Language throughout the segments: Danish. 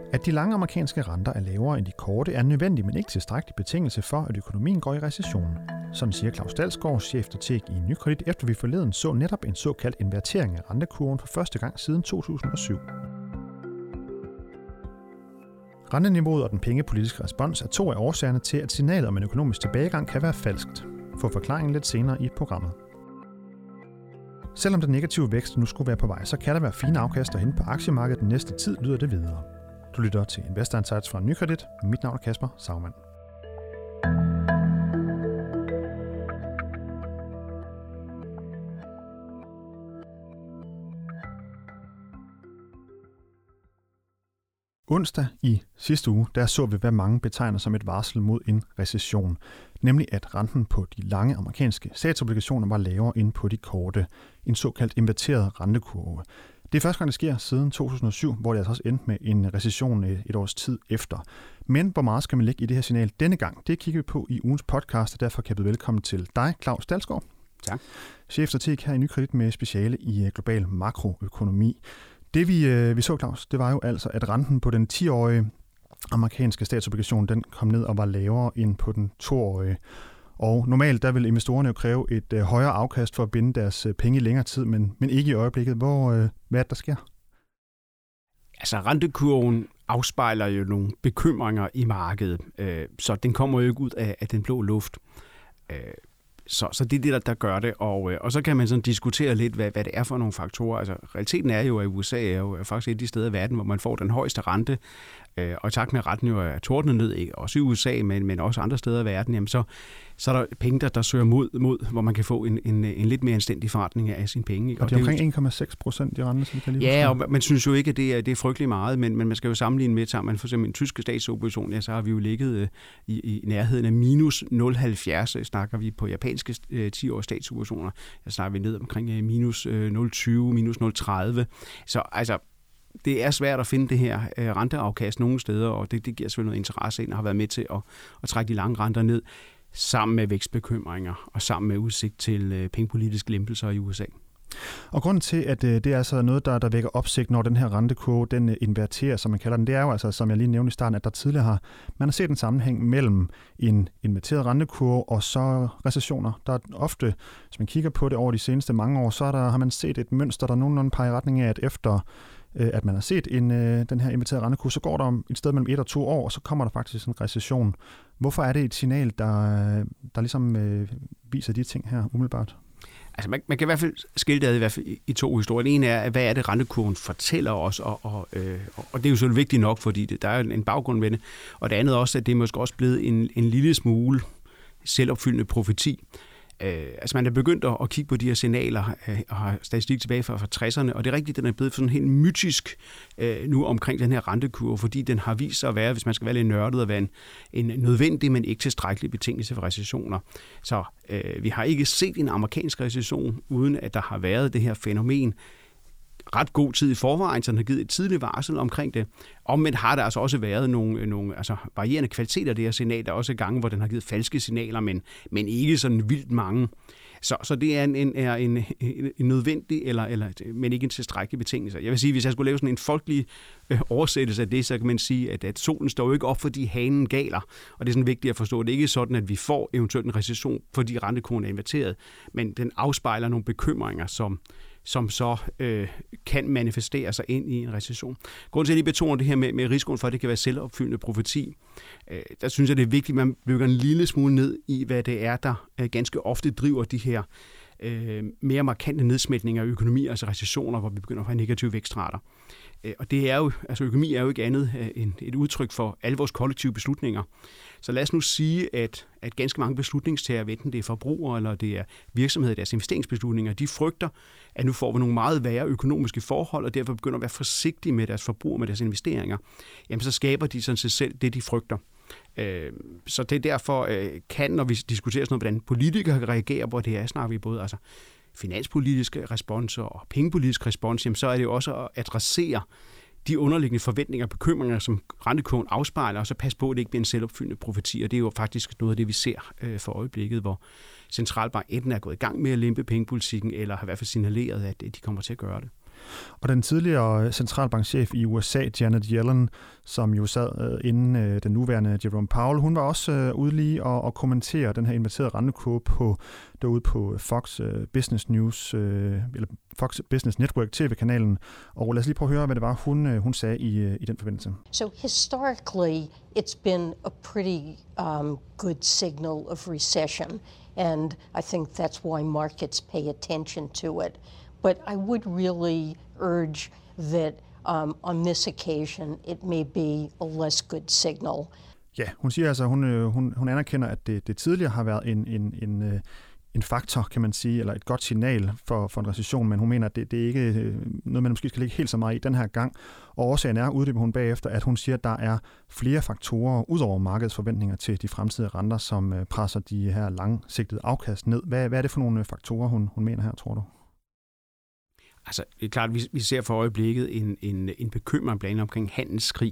At de lange amerikanske renter er lavere end de korte er en nødvendig, men ikke tilstrækkelig betingelse for, at økonomien går i recession. Sådan siger Claus Dalsgaard, chefstrateg i Nykredit, efter vi forleden så netop en såkaldt invertering af rentekurven for første gang siden 2007. Renteniveauet og den pengepolitiske respons er to af årsagerne til, at signalet om en økonomisk tilbagegang kan være falskt. Få forklaringen lidt senere i programmet. Selvom den negative vækst nu skulle være på vej, så kan der være fine afkast at hente på aktiemarkedet den næste tid, lyder det videre. Du lytter til Investor Insights fra Nykredit. Mit navn er Kasper Sagmann. Onsdag i sidste uge, der så vi, hvad mange betegner som et varsel mod en recession. Nemlig at renten på de lange amerikanske statsobligationer var lavere end på de korte. En såkaldt inverteret rentekurve. Det er første gang, det sker siden 2007, hvor det altså også endte med en recession et års tid efter. Men hvor meget skal man lægge i det her signal denne gang? Det kigger vi på i ugens podcast, og derfor kan jeg byde velkommen til dig, Claus Dalsgaard. Tak. Chefstrateg her i Nykredit med speciale i global makroøkonomi. Det vi så, Claus, det var jo altså, at renten på den 10-årige amerikanske statsobligation, den kom ned og var lavere end på den 2-årige. Og normalt, der vil investorerne jo kræve et højere afkast for at binde deres penge i længere tid, men ikke i øjeblikket. Hvad er det, der sker? Altså, rentekurven afspejler jo nogle bekymringer i markedet, så den kommer jo ikke ud af den blå luft. Så det er det, der gør det, og så kan man sådan diskutere lidt, hvad det er for nogle faktorer. Altså, realiteten er jo, at USA er jo faktisk et af de steder i verden, hvor man får den højeste rente, og i takt med, at renten jo er tordnet ned, ikke? Også i USA, men også andre steder i verden, jamen så er der penge, der søger mod, hvor man kan få en lidt mere anstændig forretning af sine penge. Ikke? Og det er omkring 1,6% i rente, som kan lige ja, og man synes jo ikke, at det er frygtelig meget, men man skal jo sammenligne med, tager man for eksempel en tyske statsobligation, ja, så har vi jo ligget i nærheden af minus 0,70, snakker vi på japanske 10-års statsobligationer, der snakker vi ned omkring minus 0,20, minus 0,30. Så altså, det er svært at finde det her renteafkast nogle steder, og det giver selvfølgelig noget interesse ind og har været med til at trække de lange renter ned, sammen med vækstbekymringer og sammen med udsigt til pengepolitiske lempelser i USA. Og grunden til, at det er altså noget, der vækker opsigt, når den her rentekurve, den inverterer, som man kalder den, det er jo altså, som jeg lige nævnte i starten, at der tidligere man har set en sammenhæng mellem en inverteret rentekurve og så recessioner. Der er ofte, hvis man kigger på det over de seneste mange år, så har man set et mønster, der nogenlunde peger i retning af, at efter at man har set den her inverterede rentekurve, så går der et sted mellem 1 og 2 år, og så kommer der faktisk en recession. Hvorfor er det et signal, der ligesom viser de ting her umiddelbart? Altså man kan i hvert fald skille det i hvert fald i to historier. Den ene er, hvad er det rentekurven fortæller os, og det er jo så vigtigt nok, fordi der er en baggrund med det. Og det andet også, at det er måske også blevet en lille smule selvopfyldende profeti. Altså man er begyndt at kigge på de her signaler og har statistik tilbage fra 60'erne, og det er rigtigt, den er blevet sådan helt mytisk nu omkring den her rentekurve, fordi den har vist sig at være, hvis man skal være lidt nørdet, at være en nødvendig, men ikke tilstrækkelig betingelse for recessioner. Så vi har ikke set en amerikansk recession, uden at der har været det her fænomen ret god tid i forvejen, så den har givet et tidligt varsel omkring det. Omvendt har der altså også været nogle altså varierende kvaliteter af det her signal. Der er også gange, hvor den har givet falske signaler, men ikke sådan vildt mange. Så det er en nødvendig, men ikke en tilstrækkelig betingelse. Jeg vil sige, hvis jeg skulle lave sådan en folkelig oversættelse af det, så kan man sige, at solen står jo ikke op, fordi hanen galer. Og det er sådan vigtigt at forstå. Det er ikke sådan, at vi får eventuelt en recession, fordi rentekurven er inverteret, men den afspejler nogle bekymringer, som så kan manifestere sig ind i en recession. Grunden til, at jeg lige betoner det her med risikoen for, at det kan være selvopfyldende profeti, der synes jeg, det er vigtigt, at man bygger en lille smule ned i, hvad det er, der ganske ofte driver de her mere markante nedsmætninger af økonomi, altså recessioner, hvor vi begynder at have negative vækstrater. Og det er jo, altså økonomi er jo ikke andet end et udtryk for alle vores kollektive beslutninger. Så lad os nu sige, at ganske mange beslutningstagere, enten det er forbrugere eller det er virksomheder, deres investeringsbeslutninger, de frygter, at nu får vi nogle meget værre økonomiske forhold, og derfor begynder at være forsigtige med deres forbrug og med deres investeringer. Jamen så skaber de sådan sig selv det, de frygter. Så det er derfor, når vi diskuterer sådan noget, hvordan politikere kan reagere på det her, snakker vi både altså finanspolitiske responser og pengepolitiske respons, jamen så er det jo også at adressere de underliggende forventninger og bekymringer, som rentekurven afspejler, og så passe på, at det ikke bliver en selvopfyldende profeti. Og det er jo faktisk noget af det, vi ser for øjeblikket, hvor centralbanken enten er gået i gang med at lempe pengepolitikken, eller har i hvert fald signaleret, at de kommer til at gøre det. Og den tidligere centralbankchef i USA, Janet Yellen, som jo sad inden den nuværende Jerome Powell, hun var også ude lige og kommentere den her inverterede rentekurve derude på Fox Business News, eller Fox Business Network TV-kanalen. Og lad os lige prøve at høre, hvad det var, hun sagde i den forbindelse. So historically, it's been a pretty good signal of recession, and I think that's why markets pay attention to it. But I would really urge that on this occasion, it may be a less good signal. Ja, hun siger altså, hun anerkender, at det tidligere har været en faktor, kan man sige, eller et godt signal for en recession, men hun mener, at det er ikke noget, man måske skal lægge helt så meget i den her gang. Og årsagen er, uddyber hun bagefter, at hun siger, at der er flere faktorer ud over markedets forventninger til de fremtidige renter, som presser de her langsigtede afkast ned. Hvad er det for nogle faktorer, hun mener her, tror du? Altså, det er klart, at vi ser for øjeblikket en bekymring blandt andet omkring handelskrig,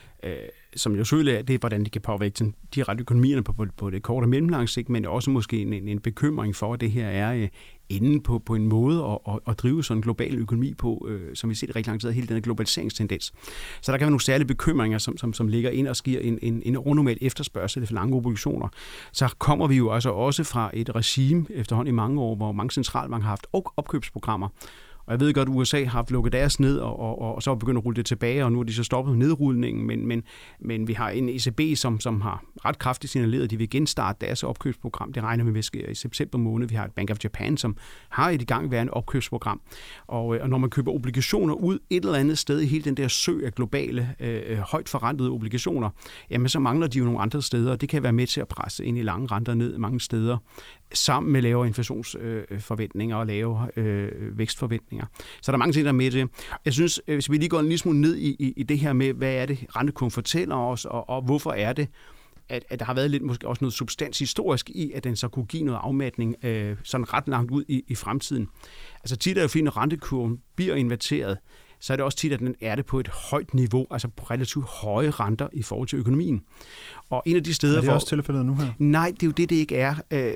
som jo selvfølgelig er det, hvordan det kan påvirke direkte økonomierne på det korte og mellemlange sigt, men også måske en bekymring for, at det her er inde på en måde at drive sådan en global økonomi på, som vi ser det rigtig lang tid, hele den her globaliseringstendens. Så der kan være nogle særlige bekymringer, som ligger ind og sker en unormal efterspørgsel for lange obligationer. Så kommer vi jo altså også fra et regime efterhånden i mange år, hvor mange centralbanker har haft opkøbsprogrammer. Og jeg ved godt, at USA har lukket deres ned, og så er begyndt at rulle det tilbage, og nu er de så stoppet nedrulningen, men vi har en ECB, som har ret kraftigt signaleret, at de vil genstarte deres opkøbsprogram. Det regner vi med sker i september måned. Vi har et Bank of Japan, som har et igangværende opkøbsprogram. Og når man køber obligationer ud et eller andet sted i hele den der sø af globale, højt forrentede obligationer, jamen så mangler de jo nogle andre steder, og det kan være med til at presse ind i lange renter ned mange steder, sammen med lavere inflationsforventninger og lavere vækstforventninger. Så der er mange ting, der er med det. Jeg synes, hvis vi lige går en lille smule ned i det her med, hvad er det, rentekurven fortæller os, og hvorfor er det, at der har været lidt måske også noget substans historisk i, at den så kunne give noget afmatning sådan ret langt ud i fremtiden. Altså tit er jo fint, når rentekurven bliver inverteret, så er det også tit, at den er det på et højt niveau, altså på relativt høje renter i forhold til økonomien. Og en af de steder, er det også tilfældet nu her? Nej, det er jo det ikke er.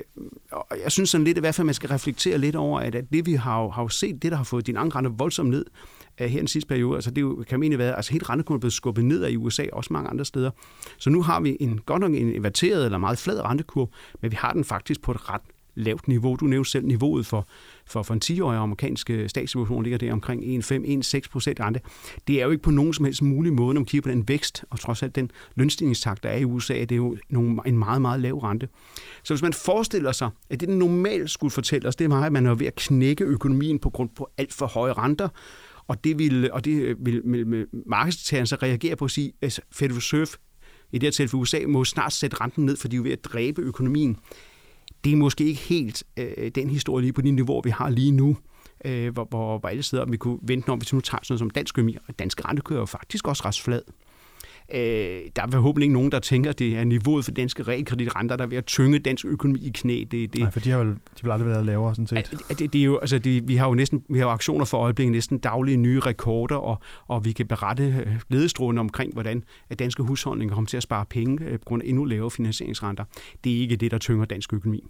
Jeg synes sådan lidt, i hvert fald, man skal reflektere lidt over, at det vi har set, det der har fået din renter voldsomt ned her i den sidste periode, altså det kan egentlig være, altså helt rentekurven er blevet skubbet ned af i USA, også mange andre steder. Så nu har vi godt nok en inverteret eller meget flad rentekurve, men vi har den faktisk på et ret lavt niveau. Du nævnte selv niveauet for en 10-årig amerikanske statsobligationer ligger der omkring 1,5-1,6% rente. Det er jo ikke på nogen som helst mulig måde, når man kigger på den vækst, og trods alt den lønstigningstakt, der er i USA, det er jo en meget, meget lav rente. Så hvis man forestiller sig, at det normalt skulle fortælle os, det er, at man er ved at knække økonomien på grund på alt for høje renter, og det vil markedsdeltagerne så reagere på at sige, at Federal Reserve, i det her tilfælde USA, må snart sætte renten ned, for de er jo ved at dræbe økonomien. Det er måske ikke helt den historie lige på de niveauer, vi har lige nu, hvor alle steder, vi kunne vente om, hvis vi nu tager sådan som dansk økonomi, og danske rentekører er jo faktisk også ret flad. Der er forhåbentlig ikke nogen, der tænker, at det er niveauet for danske realkreditrenter, der er ved at tynge dansk økonomi i knæ. Nej, for de vil aldrig være lavere, sådan set. Det er jo, altså vi har aktioner for øjeblikket, næsten daglige nye rekorder, og vi kan berette glædestrålende omkring, hvordan danske husholdninger kommer til at spare penge på grund af endnu lavere finansieringsrenter. Det er ikke det, der tynger dansk økonomi.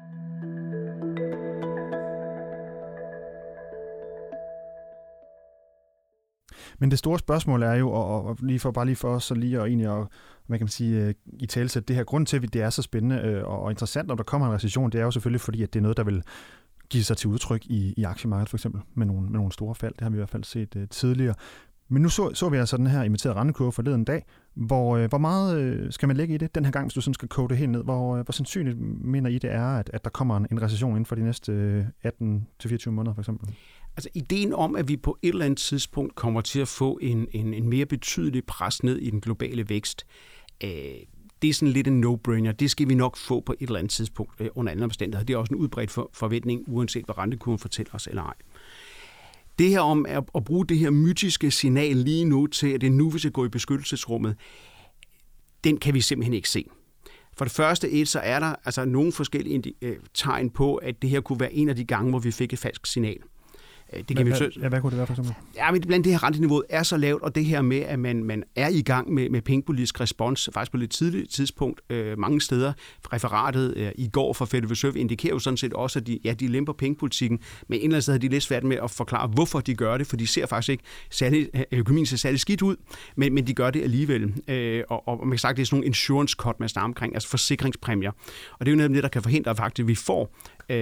Men det store spørgsmål er jo, og lige for os så lige og egentlig at, hvad kan man sige, i talesæt det her grund til, at det er så spændende og interessant, når der kommer en recession, det er jo selvfølgelig fordi, at det er noget, der vil give sig til udtryk i aktiemarkedet for eksempel, med nogle store fald. Det har vi i hvert fald set tidligere. Men nu så vi altså den her imiterede rentekurve forleden dag. Hvor meget skal man lægge i det den her gang, hvis du sådan skal koge det helt ned? Hvor sandsynligt mener I, det er, at der kommer en recession inden for de næste 18-24 måneder for eksempel? Altså ideen om, at vi på et eller andet tidspunkt kommer til at få en mere betydelig pres ned i den globale vækst, det er sådan lidt en no-brainer. Det skal vi nok få på et eller andet tidspunkt under andre omstændigheder. Det er også en udbredt forventning, uanset hvad rentekurven fortæller os eller ej. Det her om at bruge det her mytiske signal lige nu til, at det er nu, vi skal gå i beskyttelsesrummet, den kan vi simpelthen ikke se. For det første så er der altså nogle forskellige tegn på, at det her kunne være en af de gange, hvor vi fik et falsk signal. Det kan hvad kunne det være for eksempel? Ja, men blandt det her renteniveau er så lavt, og det her med, at man er i gang med pengepolitisk respons, faktisk på et tidligt tidspunkt mange steder. Referatet i går fra Federal Reserve indikerer jo sådan set også, at de lemper pengepolitikken, men et eller andet sted har de lidt svært med at forklare, hvorfor de gør det, for de ser faktisk ikke økonomien ser særlig skidt ud, men de gør det alligevel. Og man kan sige, at det er sådan nogle insurance cut, man snakker omkring, altså forsikringspræmier. Og det er jo netop det, der kan forhindre faktisk, at vi får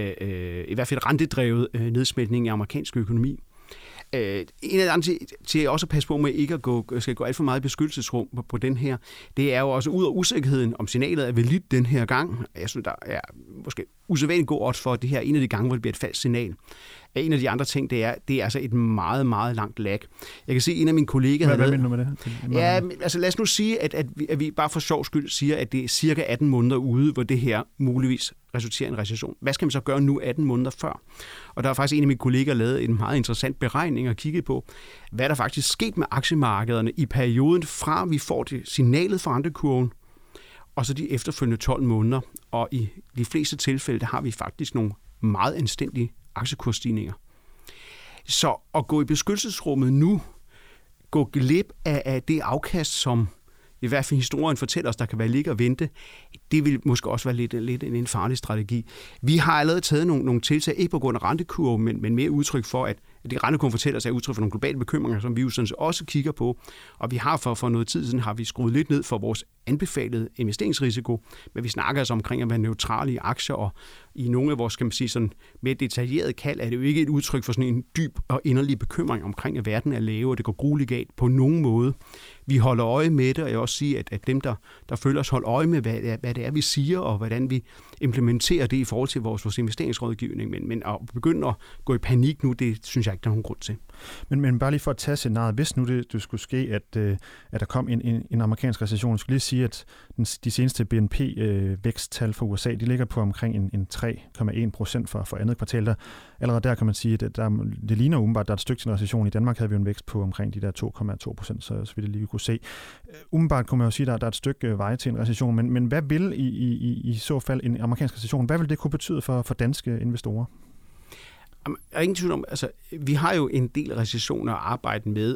i hvert fald rentedrevet nedsmeltning i amerikansk økonomi. En af de andre til også at passe på med ikke skal gå alt for meget i beskyttelsesrum på den her, det er jo også ud af usikkerheden, om signalet er validt den her gang. Jeg synes, der er måske usædvanligt god odds for, at det her er en af de gange, hvor det bliver et falsk signal. En af de andre ting, det er altså et meget, meget langt lag. Jeg kan se, en af mine kollegaer... Hvad mener du med det? Ja, altså lad os nu sige, at vi bare for sjov skyld siger, at det er cirka 18 måneder ude, hvor det her muligvis resulterer i en recession. Hvad skal man så gøre nu 18 måneder før? Og der er faktisk en af mine kollegaer lavet en meget interessant beregning og kigget på, hvad der faktisk sket med aktiemarkederne i perioden fra vi får det signalet fra rentekurven, og så de efterfølgende 12 måneder. Og i de fleste tilfælde, der har vi faktisk nogle meget anstændige aktiekursstigninger. Så at gå i beskyttelsesrummet nu, gå glip af det afkast, som i hvert fald historien fortæller os, der kan være ligge og vente, det vil måske også være lidt en farlig strategi. Vi har allerede taget nogle tiltag, ikke på grund af rentekurven, men mere udtryk for, at det rentekurven fortæller os er udtryk for nogle globale bekymringer, som vi jo sådan set også kigger på. Og vi har for noget tid siden har vi skruet lidt ned for vores anbefalede investeringsrisiko, men vi snakker altså omkring at være neutrale i aktier, og i nogle af vores, kan man sige, sådan mere detaljerede kald, er det jo ikke et udtryk for sådan en dyb og inderlig bekymring omkring, at verden er lave, og det går grueligt galt på nogen måde. Vi holder øje med det, og jeg vil også sige, at dem, der følger os, holder øje med, hvad det er, vi siger, og hvordan vi implementerer det i forhold til vores investeringsrådgivning. Men at begynde at gå i panik nu, det synes jeg ikke, der er nogen grund til. Men bare lige for at tage scenariet, hvis nu det skulle ske, at der kom en amerikansk recession, jeg skulle lige sige, at de seneste BNP-væksttal for USA, de ligger på omkring en 3,1% for andet kvartal. Allerede der kan man sige, at det ligner umiddelbart, der er et stykke til en recession. I Danmark havde vi en vækst på omkring de der 2,2%, så vi det lige kunne se. Umiddelbart kunne man jo sige, at der er et stykke vej til en recession, men hvad vil i så fald en amerikansk recession, hvad vil det kunne betyde for danske investorer? Jeg er ingen tvivl om, altså, vi har jo en del recessioner at arbejde med,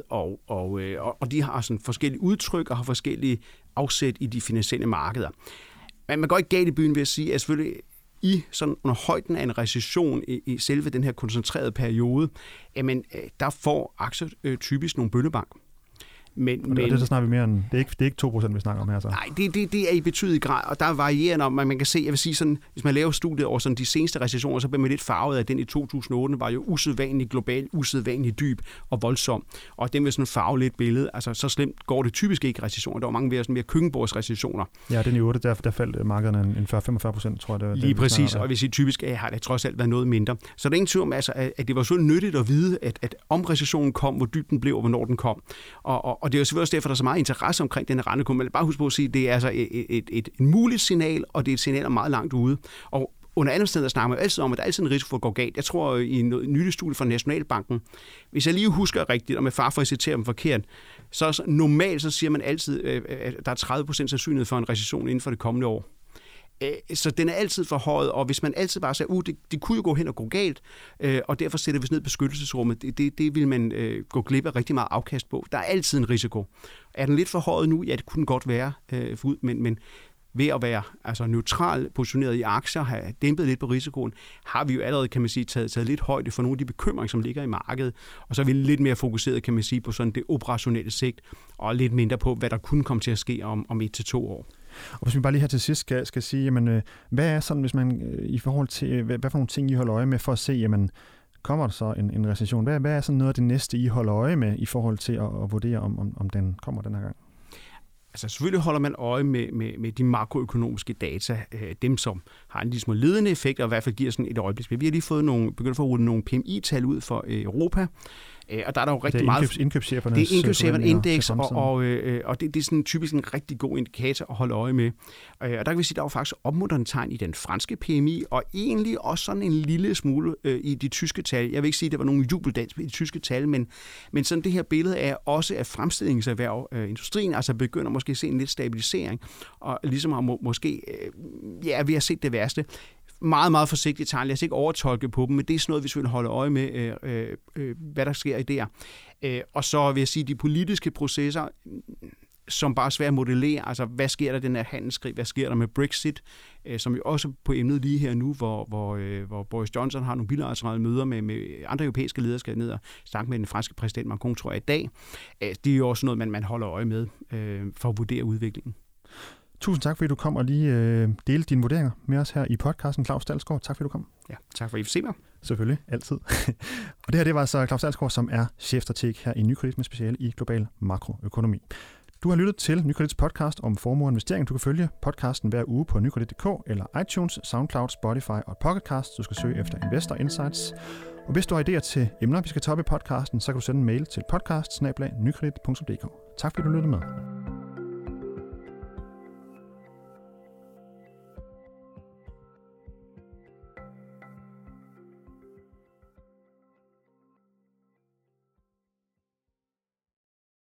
og de har sådan forskellige udtryk og har forskellige afsæt i de finansielle markeder. Men man går ikke galt i byen ved at sige, at selvfølgelig i sådan under højden af en recession i selve den her koncentrerede periode, jamen, der får aktier typisk nogle bøllebank. Men det er så snakker vi mere end, det er ikke 2%, vi snakker om her så. Nej, det er i betydelig grad, og der er varierende, og man kan se, jeg vil sige sådan, hvis man laver studiet over sådan de seneste recessioner, så bliver man lidt farvet af, at den i 2008 var jo usædvanligt global, usædvanligt dyb og voldsom, og den vil sådan farve lidt billede, altså så slemt går det typisk ikke i recessioner, der var mange mere køkkenbordsrecessioner. Ja, den i 8, der faldt markederne en 40-45%, tror jeg. Det lige præcis, og hvis I typisk har det trods alt været noget mindre. Så der er ingen tvivl om, altså, at det var så nyttigt at vide, at om recessionen kom, hvor dyb den blev, og hvornår den kom, og det er jo selvfølgelig også derfor, der er så meget interesse omkring den her rentekurve. Men bare husk på at sige, at det er altså et muligt signal, og det er et signal, der er meget langt ude. Og under andre steder snakker man altid om, at der er altid en risiko for at gå galt. Jeg tror i en nylig studie fra Nationalbanken, hvis jeg lige husker rigtigt, og med far for at citere dem forkert, så normalt så siger man altid, at der er 30% sandsynlighed for en recession inden for det kommende år. Så den er altid forhøjet, og hvis man altid bare siger, det kunne jo gå hen og gå galt, og derfor sætter vi ned beskyttelsesrummet, det vil man gå glip af rigtig meget afkast på. Der er altid en risiko. Er den lidt forhøjet nu? Ja, det kunne godt være, men ved at være altså neutral positioneret i aktier, have dæmpet lidt på risikoen, har vi jo allerede, kan man sige, taget lidt højde for nogle af de bekymringer, som ligger i markedet, og så er vi lidt mere fokuseret, kan man sige, på sådan det operationelle sigt, og lidt mindre på, hvad der kunne komme til at ske om 1 til 2 år. Og hvis vi bare lige her til sidst skal sige, jamen, hvad er sådan, hvis man i forhold til, hvad for nogle ting I holder øje med for at se, jamen, kommer der så en recession? Hvad er sådan noget af det næste, I holder øje med i forhold til at vurdere, om den kommer den her gang? Altså selvfølgelig holder man øje med de makroøkonomiske data, dem som har en lille smule ledende effekt, og i hvert fald giver sådan et øjeblik. Vi har lige fået begyndt at rulle nogle PMI-tal ud for Europa, og der er der jo rigtig meget... Det er indkøbscheferne indeks, og det er sådan typisk en rigtig god indikator at holde øje med. Og der kan vi sige, at der er jo faktisk opmuntrende tegn i den franske PMI, og egentlig også sådan en lille smule i de tyske tal. Jeg vil ikke sige, at der var nogen jubeldans i de tyske tal, men sådan det her billede er også, at fremstillingserhverv, industrien, altså begynder måske at se en lidt stabilisering, og ligesom har måske, vi har set det værste. meget, meget forsigtige tegn. Lad os ikke overtolke på dem, men det er sådan noget, vi selvfølgelig holder øje med, hvad der sker i der. Og så vil jeg sige, de politiske processer, som bare er svært at modellere. Altså, hvad sker der i den her handelskrig? Hvad sker der med Brexit? Som jo også på emnet lige her nu, hvor Boris Johnson har nogle bilaterale møder med andre europæiske ledere, skal ned og snakke med den franske præsident Macron, tror jeg, i dag. Det er jo også noget, man holder øje med for at vurdere udviklingen. Tusind tak, fordi du kom og lige delte dine vurderinger med os her i podcasten. Claus Dalsgaard, tak fordi du kom. Ja, tak for at I vil se mig. Selvfølgelig, altid. Og det her, det var så Claus Dalsgaard, som er chefstrateg her i Nykredit med speciale i global makroøkonomi. Du har lyttet til Nykredits podcast om formue og investering. Du kan følge podcasten hver uge på nykredit.dk eller iTunes, SoundCloud, Spotify og Pocketcast. Du skal søge efter Investor Insights. Og hvis du har idéer til emner, vi skal toppe i podcasten, så kan du sende en mail til podcast@nykredit.dk. Tak fordi du lyttede med.